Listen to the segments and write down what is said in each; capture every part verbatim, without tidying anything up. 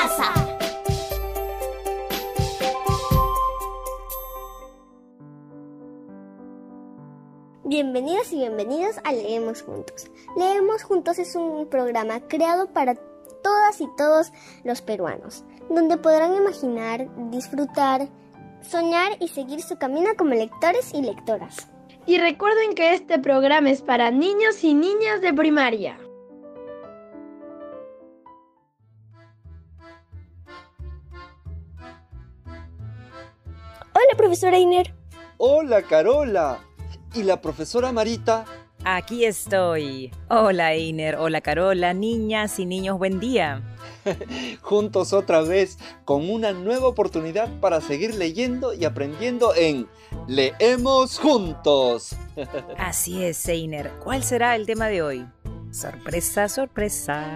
casa. Bienvenidos y bienvenidos a Leemos Juntos. Leemos Juntos es un programa creado para todas y todos los peruanos, donde podrán imaginar, disfrutar, soñar y seguir su camino como lectores y lectoras. Y recuerden que este programa es para niños y niñas de primaria. Hola, profesora Einer. Hola, Carola. ¿Y la profesora Marita? Aquí estoy. Hola, Einer. Hola, Carola. Niñas y niños, buen día. Juntos otra vez con una nueva oportunidad para seguir leyendo y aprendiendo en Leemos Juntos. Así es, Einer. ¿Cuál será el tema de hoy? Sorpresa, sorpresa.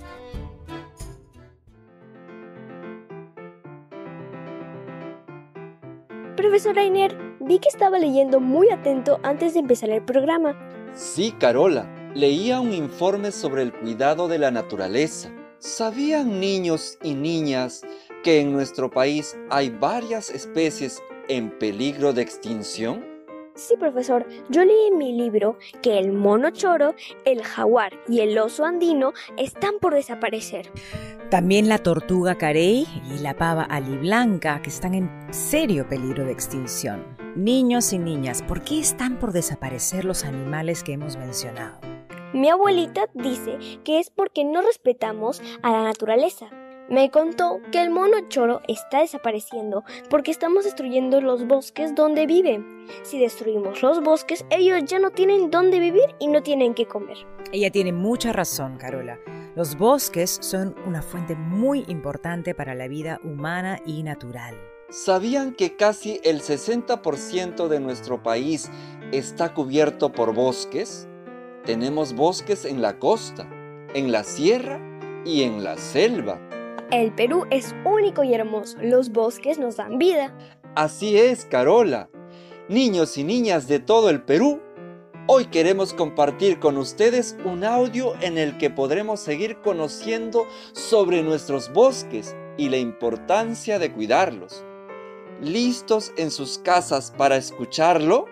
Profesora Einer, vi que estaba leyendo muy atento antes de empezar el programa. Sí, Carola. Leía un informe sobre el cuidado de la naturaleza. ¿Sabían niños y niñas que en nuestro país hay varias especies en peligro de extinción? Sí, profesor. Yo leí en mi libro que el mono choro, el jaguar y el oso andino están por desaparecer. También la tortuga carey y la pava aliblanca, que están en serio peligro de extinción. Niños y niñas, ¿por qué están por desaparecer los animales que hemos mencionado? Mi abuelita dice que es porque no respetamos a la naturaleza. Me contó que el mono choro está desapareciendo porque estamos destruyendo los bosques donde viven. Si destruimos los bosques, ellos ya no tienen dónde vivir y no tienen qué comer. Ella tiene mucha razón, Carola. Los bosques son una fuente muy importante para la vida humana y natural. ¿Sabían que casi el sesenta por ciento de nuestro país está cubierto por bosques? Tenemos bosques en la costa, en la sierra y en la selva. El Perú es único y hermoso. Los bosques nos dan vida. Así es, Carola. Niños y niñas de todo el Perú, hoy queremos compartir con ustedes un audio en el que podremos seguir conociendo sobre nuestros bosques y la importancia de cuidarlos. ¿Listos en sus casas para escucharlo?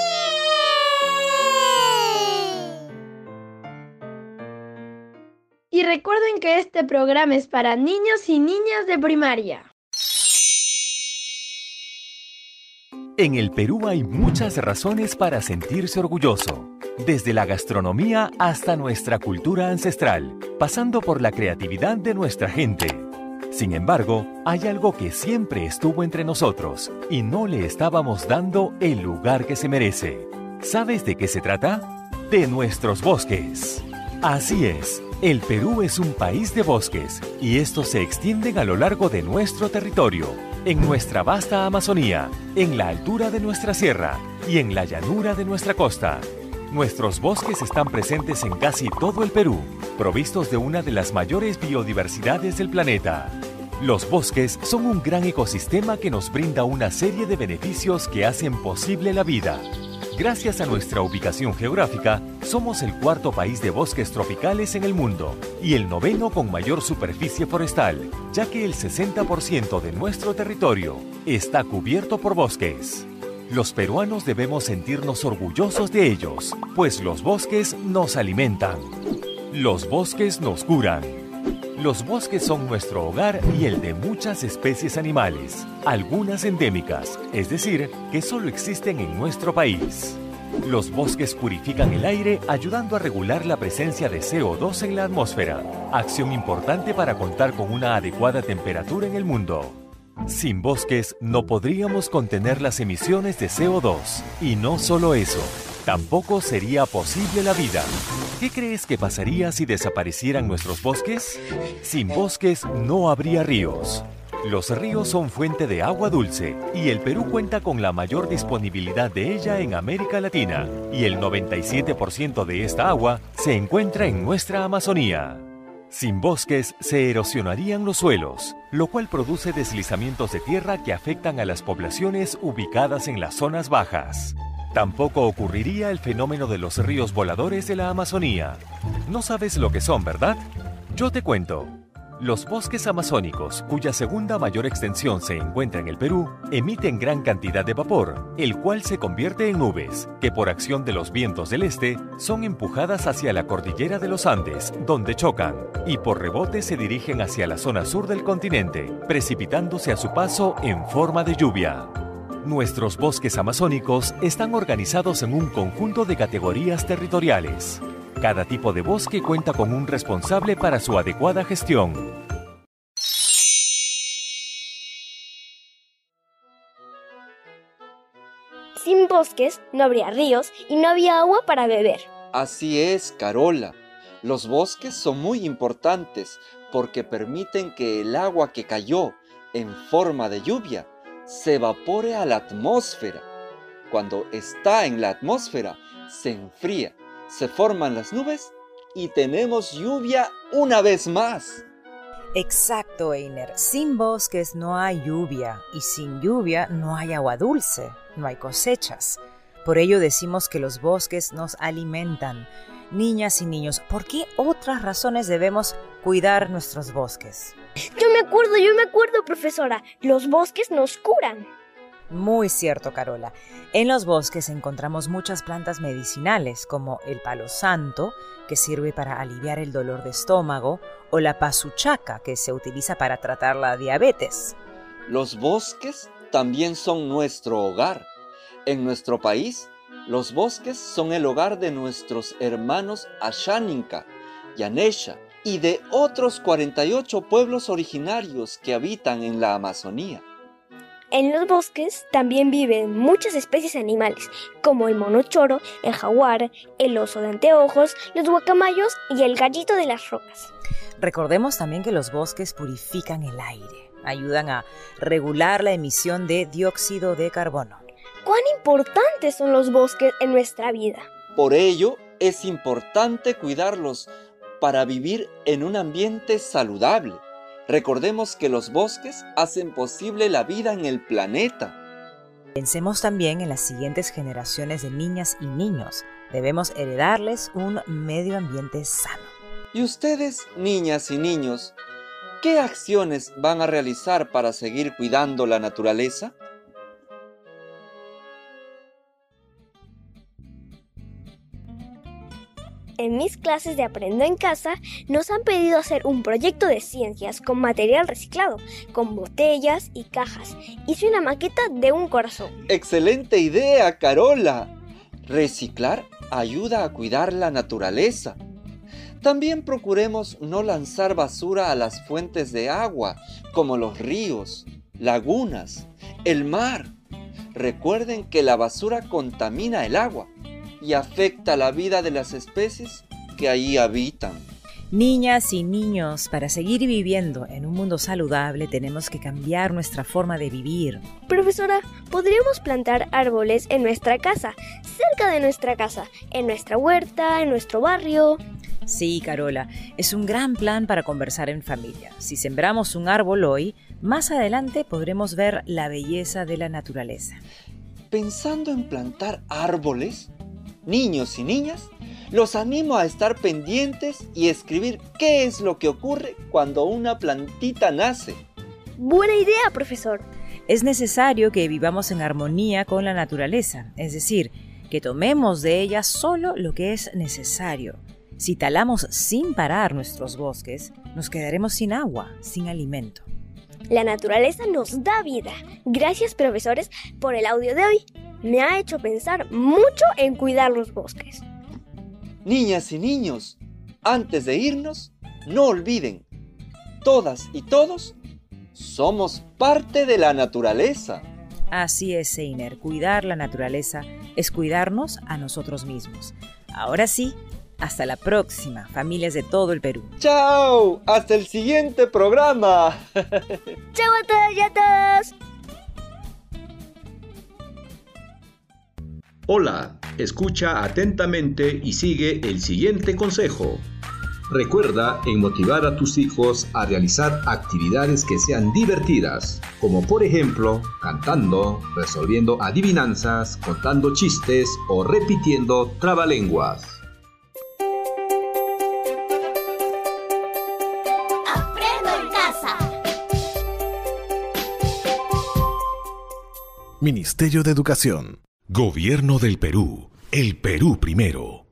Y recuerden que este programa es para niños y niñas de primaria. En el Perú hay muchas razones para sentirse orgulloso, desde la gastronomía hasta nuestra cultura ancestral, pasando por la creatividad de nuestra gente. Sin embargo, hay algo que siempre estuvo entre nosotros y no le estábamos dando el lugar que se merece. ¿Sabes de qué se trata? De nuestros bosques. Así es, el Perú es un país de bosques y estos se extienden a lo largo de nuestro territorio, en nuestra vasta Amazonía, en la altura de nuestra sierra y en la llanura de nuestra costa. Nuestros bosques están presentes en casi todo el Perú, provistos de una de las mayores biodiversidades del planeta. Los bosques son un gran ecosistema que nos brinda una serie de beneficios que hacen posible la vida. Gracias a nuestra ubicación geográfica, somos el cuarto país de bosques tropicales en el mundo y el noveno con mayor superficie forestal, ya que el sesenta por ciento de nuestro territorio está cubierto por bosques. Los peruanos debemos sentirnos orgullosos de ellos, pues los bosques nos alimentan. Los bosques nos curan. Los bosques son nuestro hogar y el de muchas especies animales, algunas endémicas, es decir, que solo existen en nuestro país. Los bosques purifican el aire ayudando a regular la presencia de C O dos en la atmósfera, acción importante para contar con una adecuada temperatura en el mundo. Sin bosques no podríamos contener las emisiones de C O dos. Y no solo eso, tampoco sería posible la vida. ¿Qué crees que pasaría si desaparecieran nuestros bosques? Sin bosques no habría ríos. Los ríos son fuente de agua dulce y el Perú cuenta con la mayor disponibilidad de ella en América Latina y el noventa y siete por ciento de esta agua se encuentra en nuestra Amazonía. Sin bosques se erosionarían los suelos, lo cual produce deslizamientos de tierra que afectan a las poblaciones ubicadas en las zonas bajas. Tampoco ocurriría el fenómeno de los ríos voladores de la Amazonía. No sabes lo que son, ¿verdad? Yo te cuento. Los bosques amazónicos, cuya segunda mayor extensión se encuentra en el Perú, emiten gran cantidad de vapor, el cual se convierte en nubes, que por acción de los vientos del este son empujadas hacia la cordillera de los Andes, donde chocan, y por rebote se dirigen hacia la zona sur del continente, precipitándose a su paso en forma de lluvia. Nuestros bosques amazónicos están organizados en un conjunto de categorías territoriales. Cada tipo de bosque cuenta con un responsable para su adecuada gestión. Sin bosques no habría ríos y no había agua para beber. Así es, Carola. Los bosques son muy importantes porque permiten que el agua que cayó en forma de lluvia se evapore a la atmósfera. Cuando está en la atmósfera, se enfría, se forman las nubes y tenemos lluvia una vez más. Exacto, Einer. Sin bosques no hay lluvia y sin lluvia no hay agua dulce, no hay cosechas. Por ello decimos que los bosques nos alimentan. Niñas y niños, ¿por qué otras razones debemos cuidar nuestros bosques? Yo me acuerdo, yo me acuerdo, profesora. Los bosques nos curan. Muy cierto, Carola. En los bosques encontramos muchas plantas medicinales, como el palo santo, que sirve para aliviar el dolor de estómago, o la pasuchaca, que se utiliza para tratar la diabetes. Los bosques también son nuestro hogar. En nuestro país, los bosques son el hogar de nuestros hermanos Ashaninka, Yanesha y de otros cuarenta y ocho pueblos originarios que habitan en la Amazonía. En los bosques también viven muchas especies animales, como el mono choro, el jaguar, el oso de anteojos, los guacamayos y el gallito de las rocas. Recordemos también que los bosques purifican el aire, ayudan a regular la emisión de dióxido de carbono. ¿Cuán importantes son los bosques en nuestra vida? Por ello, es importante cuidarlos para vivir en un ambiente saludable. Recordemos que los bosques hacen posible la vida en el planeta. Pensemos también en las siguientes generaciones de niñas y niños. Debemos heredarles un medio ambiente sano. ¿Y ustedes, niñas y niños, qué acciones van a realizar para seguir cuidando la naturaleza? En mis clases de Aprendo en Casa nos han pedido hacer un proyecto de ciencias con material reciclado, con botellas y cajas. Hice una maqueta de un corazón. ¡Excelente idea, Carola! Reciclar ayuda a cuidar la naturaleza. También procuremos no lanzar basura a las fuentes de agua, como los ríos, lagunas, el mar. Recuerden que la basura contamina el agua y afecta la vida de las especies que ahí habitan. Niñas y niños, para seguir viviendo en un mundo saludable tenemos que cambiar nuestra forma de vivir. Profesora, ¿podríamos plantar árboles en nuestra casa, cerca de nuestra casa, en nuestra huerta, en nuestro barrio? Sí, Carola, es un gran plan para conversar en familia. Si sembramos un árbol hoy, más adelante podremos ver la belleza de la naturaleza. Pensando en plantar árboles, niños y niñas, los animo a estar pendientes y escribir qué es lo que ocurre cuando una plantita nace. Buena idea, profesor. Es necesario que vivamos en armonía con la naturaleza, es decir, que tomemos de ella solo lo que es necesario. Si talamos sin parar nuestros bosques, nos quedaremos sin agua, sin alimento. La naturaleza nos da vida. Gracias, profesores, por el audio de hoy. Me ha hecho pensar mucho en cuidar los bosques. Niñas y niños, antes de irnos, no olviden, todas y todos somos parte de la naturaleza. Así es, Einer, cuidar la naturaleza es cuidarnos a nosotros mismos. Ahora sí, hasta la próxima, familias de todo el Perú. ¡Chao! ¡Hasta el siguiente programa! ¡Chao a todas y a todos! Hola, escucha atentamente y sigue el siguiente consejo. Recuerda en motivar a tus hijos a realizar actividades que sean divertidas, como por ejemplo, cantando, resolviendo adivinanzas, contando chistes o repitiendo trabalenguas. Aprendo Ministerio de Educación. Gobierno del Perú. El Perú primero.